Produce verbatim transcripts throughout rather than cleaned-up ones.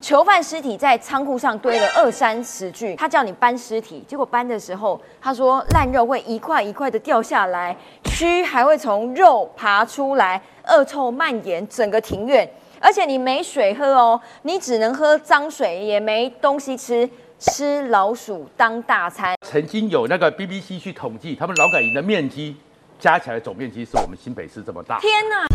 囚犯尸体在仓库上堆了二三十具，他叫你搬尸体，结果搬的时候，他说烂肉会一块一块的掉下来，蛆还会从肉爬出来，恶臭蔓延整个庭院，而且你没水喝哦，你只能喝脏水，也没东西吃，吃老鼠当大餐。 曾经有那个 B B C 去统计，他们劳改营的面积加起来总面积是我们新北市这么大。 天哪！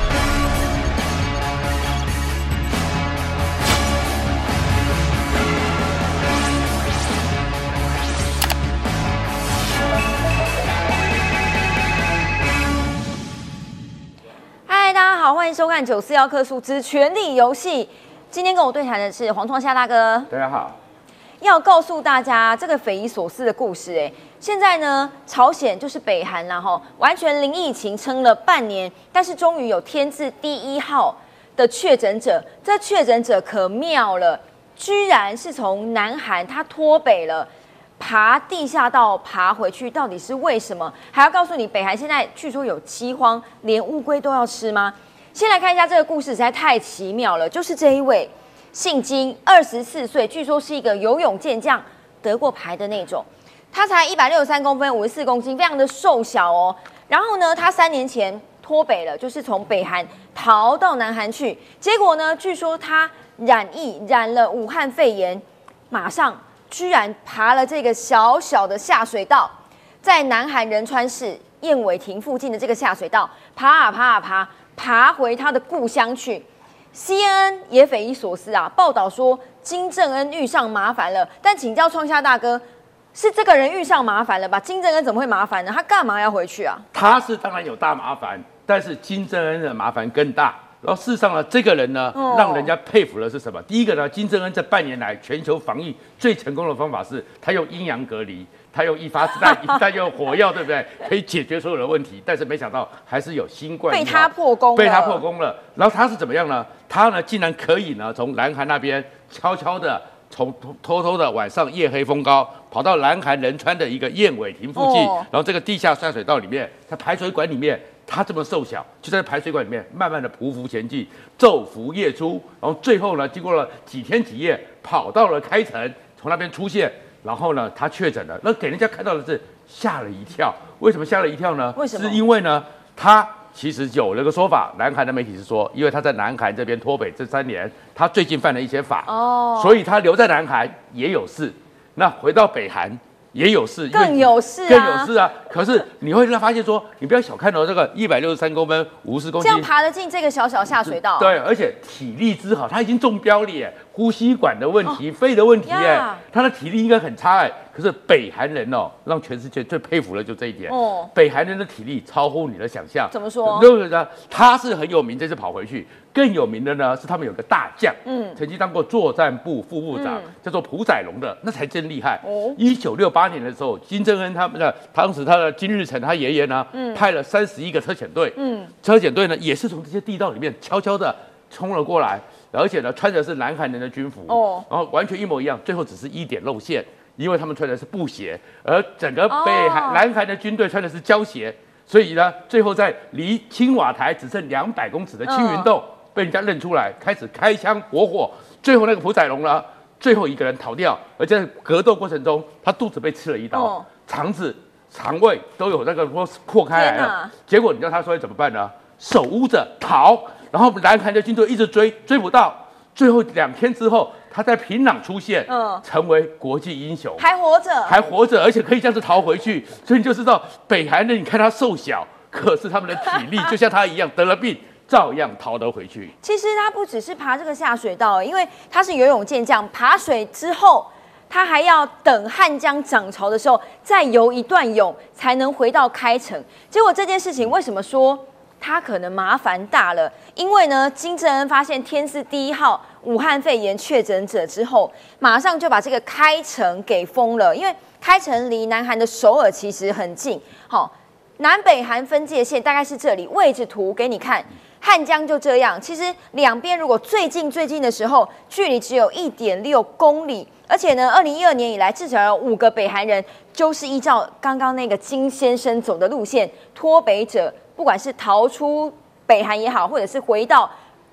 嗨，大家好，欢迎收看九四幺克数之权力游戏。今天跟我对谈的是黄创夏大哥。 大家好。 要告诉大家这个匪夷所思的故事，哎，现在呢，朝鲜就是北韩啦，哈，完全零疫情撑了半年，但是终于有天字第一号的确诊者，这确诊者可妙了，居然是从南韩他脱北了，爬地下道爬回去，到底是为什么？还要告诉你，北韩现在据说有饥荒，连乌龟都要吃吗？先来看一下这个故事，实在太奇妙了，就是这一位。姓金，二十四岁，据说是一个游泳健将，得过牌的那种。他才一百六十三公分，五十四公斤，非常的瘦小哦。然后呢，他三年前脱北了，就是从北韩逃到南韩去。结果呢，据说他染疫，染了武汉肺炎，马上居然爬了这个小小的下水道，在南韩仁川市燕尾亭附近的这个下水道，爬啊爬啊爬，爬回他的故乡去。C N N 也匪夷所思啊，报道说金正恩遇上麻烦了，但请教创夏大哥，是这个人遇上麻烦了吧？金正恩怎么会麻烦呢？他干嘛要回去啊？ 他是当然有大麻烦，但是金正恩的麻烦更大。然后事实上呢，这个人呢，哦、让人家佩服的是什么？第一个呢，金正恩这半年来全球防疫最成功的方法是，他用阴阳隔离。他用一发子弹，一弹用火药，对不对？可以解决所有的问题。但是没想到还是有新冠被他破功了， 被他破功了。然后他是怎么样呢？他呢竟然可以呢从南韩那边悄悄的从偷偷的晚上夜黑风高跑到南韩仁川的一个燕尾亭附近，哦、然后这个地下下水道里面，在排水管里面，他这么瘦小，就在排水管里面慢慢的匍匐前进，昼伏夜出，然后最后呢，经过了几天几夜，跑到了开城，从那边出现。然后呢，他确诊了，那给人家看到的是吓了一跳。为什么吓了一跳呢？ 为什么？ 是因为呢，他其实有那个说法，南韩的媒体是说，因为他在南韩这边脱北这三年，他最近犯了一些法，哦，所以他留在南韩也有事，那回到北韩也有事， 更有事啊， 更有事啊。可是你会发现说，你不要小看哦，这个一百六十三公分，五十公斤， 这样爬得进这个小小下水道， 对，而且体力之好，他已经中标了耶。呼吸管的问题、哦、肺的问题耶，他的体力应该很差哎。可是北韩人哦，让全世界最佩服的就这一点。哦，北韩人的体力超乎你的想象。 怎么说？ 就是呢，他是很有名，这次跑回去。更有名的呢，是他们有个大将，嗯，曾经当过作战部副部长，嗯、叫做朴载龙的，那才真厉害。哦，一九六八年的时候，金正恩他们的当时他的金日成他爷爷呢，嗯、派了三十一个车检队，嗯，车检队呢也是从这些地道里面悄悄的冲了过来。而且呢，穿的是南韩人的军服，哦，然后完全一模一样，最后只是一点露馅，因为他们穿的是布鞋，而整个北韩、哦、南韩的军队穿的是胶鞋，所以呢，最后在离青瓦台只剩两百公尺的青云洞、嗯、被人家认出来，开始开枪搏火，最后那个朴载龙呢，最后一个人逃掉，而在格斗过程中，他肚子被刺了一刀，哦、肠子、肠胃都有那个破破开来了，结果你知道他说怎么办呢？手捂着逃。然后南韩的军队一直追，追不到，最后两天之后，他在平壤出现，嗯，成为国际英雄， 还活着， 还活着，而且可以这样子逃回去，所以你就知道北韩人，你看他瘦小，可是他们的体力就像他一样，得了病照样逃得回去。 其实他不只是爬这个下水道，因为他是游泳健将，爬水之后，他还要等汉江涨潮的时候再游一段泳，才能回到开城。结果这件事情为什么说？他可能麻烦大了，因为呢，金正恩发现天字第一号武汉肺炎确诊者之后，马上就把这个开城给封了。因为开城离南韩的首尔其实很近，好，南北韩分界线大概是这里，位置图给你看，汉江就这样。其实两边如果最近最近的时候，距离只有一点六公里，而且呢，二零一二年以来至少有五个北韩人就是依照刚刚那个金先生走的路线脱北者。不管是逃出北韩也好，或者是回到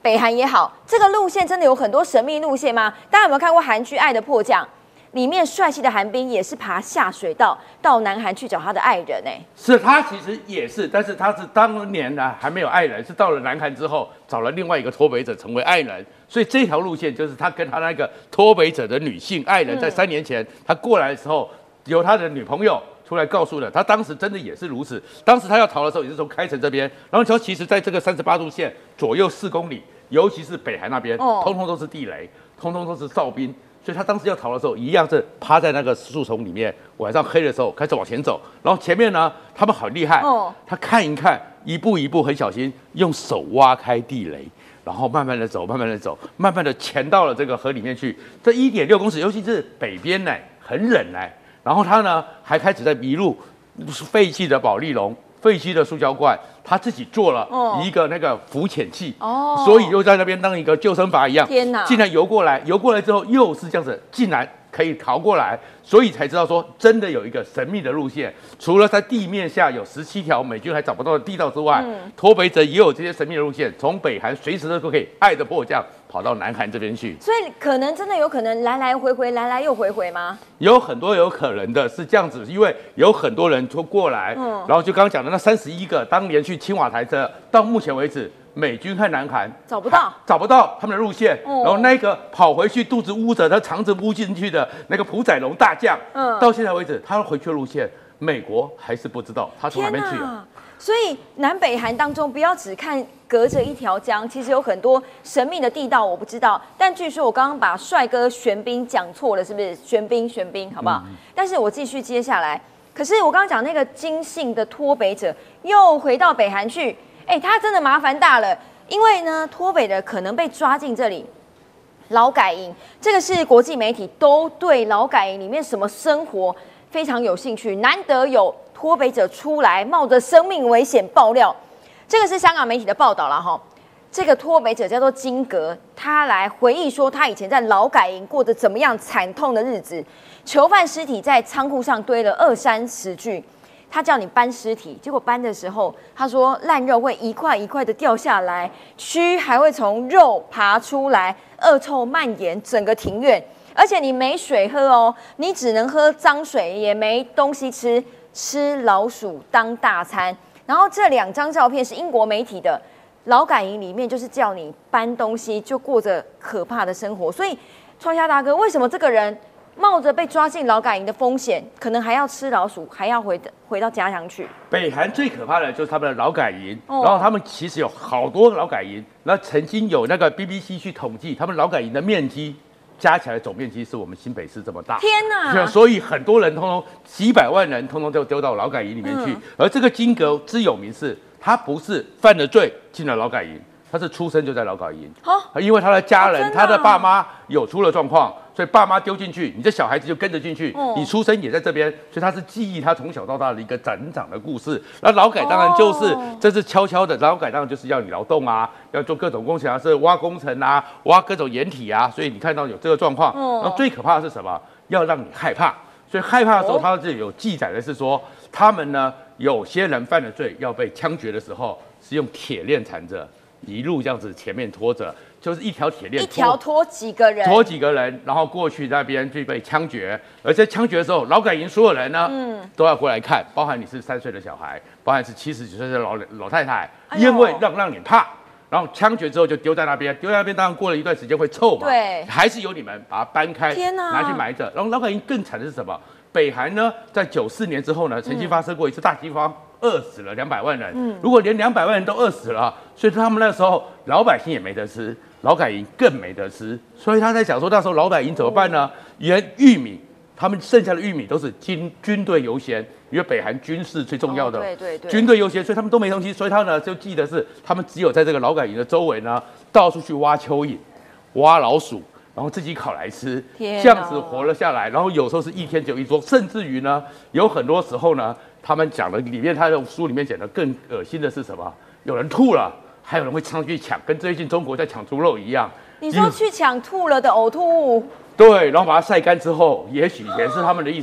北韩也好，这个路线真的有很多神秘路线吗？大家有没有看过韩剧《爱的迫降》？里面帅气的韩冰也是爬下水道到南韩去找他的爱人哎、欸， 是他其实也是，但是他是当年呢还没有爱人，是到了南韩之后找了另外一个脱北者成为爱人，所以这条路线就是他跟他那个脱北者的女性爱人，在三年前、嗯、他过来的时候，由他的女朋友出来告诉了他，当时真的也是如此。当时他要逃的时候也是从开城这边，然后你说其实在这个三十八度线左右四公里，尤其是北韩那边，哦、通通都是地雷，通通都是哨兵。所以他当时要逃的时候，一样是趴在那个树丛里面，晚上黑的时候开始往前走，然后前面呢，他们好厉害，哦、他看一看，一步一步很小心，用手挖开地雷，然后慢慢的走，慢慢的走，慢慢的潜到了这个河里面去。这一点六公尺，尤其是北边呢，很冷呢。然后他呢，还开始在迷路，废弃的保丽龙。废弃的塑胶罐，他自己做了一个那个浮潜器，哦，所以又在那边当一个救生筏一样， 天哪！ 竟然游过来，游过来之后又是这样子，竟然可以逃过来，所以才知道说真的有一个神秘的路线。除了在地面下有十七条美军还找不到的地道之外，嗯、脱北者也有这些神秘的路线，从北韩随时都可以爱的迫降跑到南韩这边去。 所以可能真的有可能来来回回，来来又回回吗？ 有很多有可能的是这样子，因为有很多人就过来，嗯、然后就刚刚讲的那三十一个当年去青瓦台的，到目前为止。美军和南韩找不到， 找不到他们的路线，哦、然后那个跑回去肚子捂着他肠子捂进去的那个朴载龙大将，嗯，到现在为止他回去的路线，美国还是不知道他从哪边去了。 所以南北韩当中，不要只看隔着一条江，其实有很多神秘的地道，我不知道。但据说我刚刚把帅哥玄彬讲错了，是不是？玄彬，玄彬，好不好？嗯、但是我继续接下来，可是我刚刚讲那个金姓的脱北者又回到北韩去。哎，他真的麻烦大了，因为呢，脱北的可能被抓进这里劳改营，这个是国际媒体都对劳改营里面什么生活非常有兴趣，难得有脱北者出来冒着生命危险爆料，这个是香港媒体的报道了哈。这个脱北者叫做金格，他来回忆说他以前在劳改营过着怎么样惨痛的日子，囚犯尸体在仓库上堆了二三十具。他叫你搬尸体，结果搬的时候，他说烂肉会一块一块的掉下来，蛆还会从肉爬出来，恶臭蔓延整个庭院，而且你没水喝哦，你只能喝脏水，也没东西吃，吃老鼠当大餐。然后这两张照片是英国媒体的，劳改营里面就是叫你搬东西，就过着可怕的生活。所以，创夏大哥，为什么这个人？冒着被抓进劳改营的风险，可能还要吃老鼠，还要回回到家乡去。 北韩最可怕的就是他们的劳改营，哦、然后他们其实有好多劳改营，那曾经有那个 B B C 去统计，他们劳改营的面积加起来总面积是我们新北市这么大。 天哪！ 所以很多人通通几百万人通通都丢到劳改营里面去。嗯、而这个金格之有名是，他不是犯了罪进了劳改营，他是出生就在劳改营。哦、因为他的家人，哦、他的爸妈有出了状况。所以爸妈丢进去，你这小孩子就跟着进去，哦、你出生也在这边，所以他是记忆他从小到大的一个成长的故事。那劳改当然就是，哦、这是悄悄的，劳改当然就是要你劳动啊，要做各种工程啊，是挖工程啊，挖各种掩体啊，所以你看到有这个状况。哦、然后最可怕的是什么？要让你害怕。所以害怕的时候，他这里有记载的是说，他们呢有些人犯了罪要被枪决的时候，是用铁链缠着，一路这样子前面拖着。就是一条铁链， 一条拖几个人， 拖几个人，然后过去那边就被枪决。而在枪决的时候，劳改营所有人呢，嗯，都要过来看，包含你是三岁的小孩，包含是七十几岁的老老太太，哎、因为让让你怕。然后枪决之后就丢在那边，丢在那边当然过了一段时间会臭嘛， 对， 还是由你们把它搬开， 天哪， 拿去埋着。然后劳改营更惨的是什么？北韩呢，在九四年之后呢，曾经发生过一次大饥荒。嗯饿死了两百万人，嗯，如果连两百万人都饿死了，所以他们那时候老百姓也没得吃，劳改营更没得吃，所以他在想说那时候劳改营怎么办呢？原玉米，他们剩下的玉米都是军军队优先，因为北韩军事最重要的， 哦、对对对， 军队优先，所以他们都没东西，所以他呢就记得是他们只有在这个劳改营的周围呢，到处去挖蚯蚓、挖老鼠。然后自己烤来吃，这样子活了下来。然后有时候是一天只有一桌，甚至于呢，有很多时候呢，他们讲的里面，他的书里面讲的更恶心的是什么？有人吐了，还有人会上去抢，跟最近中国在抢猪肉一样。 你说去抢吐了的呕吐物？ 对，然后把它晒干之后，也许也是他们的一餐。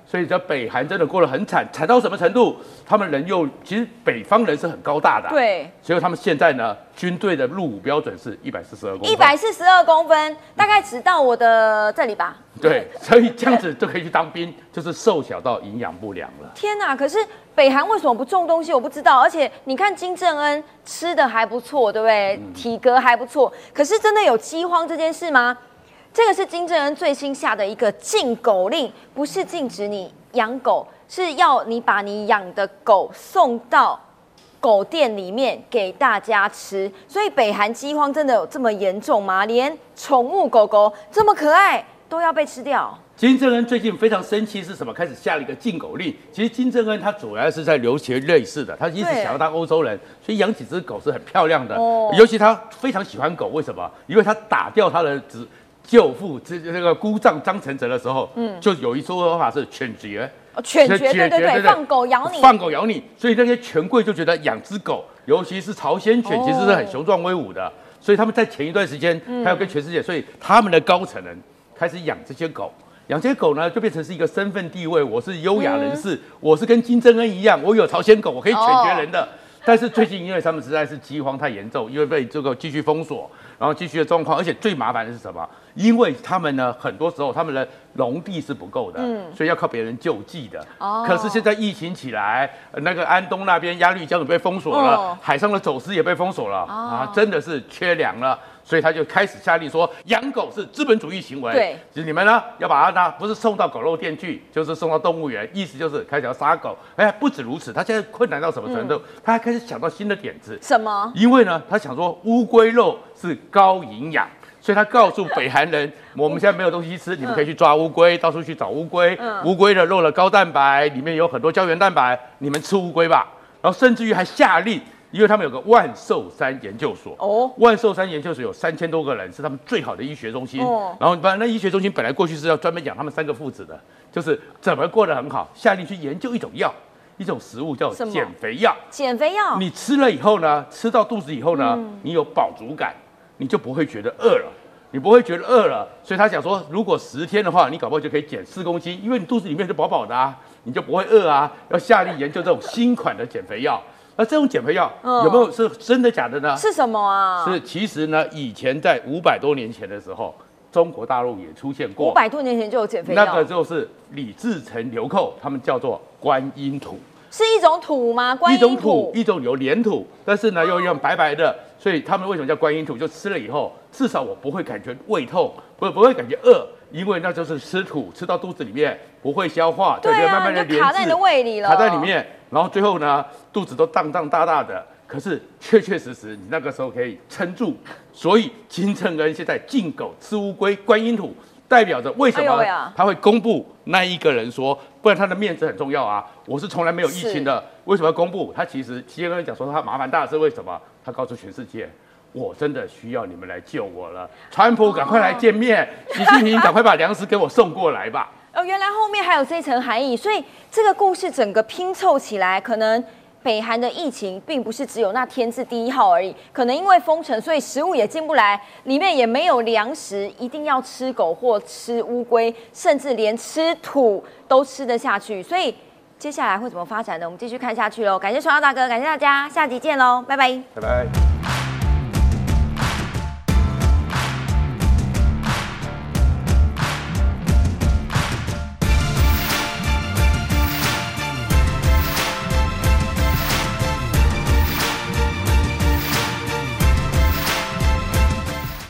所以叫北韩真的过得很惨，惨到什么程度？他们人又其实北方人是很高大的， 对， 所以他们现在呢，军队的入伍标准是一百四十二公分， 一百四十二公分，大概只到我的这里吧。 对，所以这样子就可以去当兵，就是瘦小到营养不良了。 天哪！可是北韩为什么不种东西？我不知道。而且你看金正恩吃的还不错，对不对？嗯、体格还不错。可是真的有饥荒这件事吗？这个是金正恩最新下的一个禁狗令，不是禁止你养狗，是要你把你养的狗送到狗店里面给大家吃。所以北韩饥荒真的有这么严重吗？连宠物狗狗这么可爱都要被吃掉？ 金正恩最近非常生气是什么？开始下了一个禁狗令。其实金正恩他主要是在留学类似的，他一直想要当欧洲人，所以养几只狗是很漂亮的。哦、尤其他非常喜欢狗，为什么？因为他打掉他的子舅父这这个姑丈张承泽的时候，嗯，就有一说法是犬绝。 哦，犬绝，对对对，放狗咬你， 放狗咬你，所以那些权贵就觉得养只狗，尤其是朝鲜犬，其实是很雄壮威武的，所以他们在前一段时间，他要跟全世界，所以他们的高层人开始养这些狗。养这些狗呢，就变成是一个身份地位，我是优雅人士，嗯、我是跟金正恩一样，我有朝鲜狗，我可以犬绝人的。哦、但是最近因为他们实在是饥荒太严重，因为被这个继续封锁，然后继续的状况，而且最麻烦的是什么？因为他们呢，很多时候他们的农地是不够的，嗯、所以要靠别人救济的。哦、可是现在疫情起来，那个安东那边鸭绿江也被封锁了，哦、海上的走私也被封锁了，哦、啊，真的是缺粮了。所以他就开始下令说，养狗是资本主义行为。 对， 就是你们呢要把它呢不是送到狗肉店去，就是送到动物园，意思就是开始要杀狗。哎，不止如此，他现在困难到什么程度？嗯、他还开始想到新的点子。 什么？ 因为呢，他想说乌龟肉是高营养。所以他告诉北韩人，我们现在没有东西吃，你们可以去抓乌龟，到处去找乌龟。嗯、乌龟的肉的高蛋白，里面有很多胶原蛋白，你们吃乌龟吧。然后甚至于还下令，因为他们有个万寿山研究所，哦，万寿山研究所有三千多个人，是他们最好的医学中心。哦、然后那医学中心本来过去是要专门养他们三个父子的，就是怎么过得很好，下令去研究一种药。一种食物叫减肥药， 减肥药， 你吃了以后呢，吃到肚子以后呢，嗯、你有饱足感。你就不会觉得饿了，你不会觉得饿了，所以他想说，如果十天的话，你搞不好就可以减四公斤，因为你肚子里面就饱饱的啊，你就不会饿啊。要下令研究这种新款的减肥药，那这种减肥药、嗯、有没有是真的假的呢？ 是什么啊？ 是其实呢，以前在五百多年前的时候，中国大陆也出现过， 五百多年前就有减肥药， 那个就是李自成、流寇，他们叫做观音土。 是一种土吗？观音土， 一种土，一种有黏土，但是呢又用白白的，所以他们为什么叫观音土？就吃了以后，至少我不会感觉胃痛，不不会感觉饿，因为那就是吃土，吃到肚子里面不会消化， 对啊， 慢慢的就卡在你的胃里了， 卡在里面，然后最后呢肚子都胀胀大大的，可是确确实实你那个时候可以撑住，所以金正恩现在禁狗吃乌龟，观音土。代表着为什么他会公布那一个人说，不然他的面子很重要啊！我是从来没有疫情的，为什么要公布？他其实金正恩讲说他麻烦大是为什么？他告诉全世界，我真的需要你们来救我了。川普赶快来见面，习近平赶快把粮食给我送过来吧。 哦，原来后面还有这层含义，所以这个故事整个拼凑起来，可能。北韩的疫情并不是只有那天字第一号而已，可能因为封城，所以食物也进不来，里面也没有粮食，一定要吃狗或吃乌龟，甚至连吃土都吃得下去。所以接下来会怎么发展呢？我们继续看下去喽。感谢传道大哥，感谢大家，下集见喽，拜拜， 拜拜。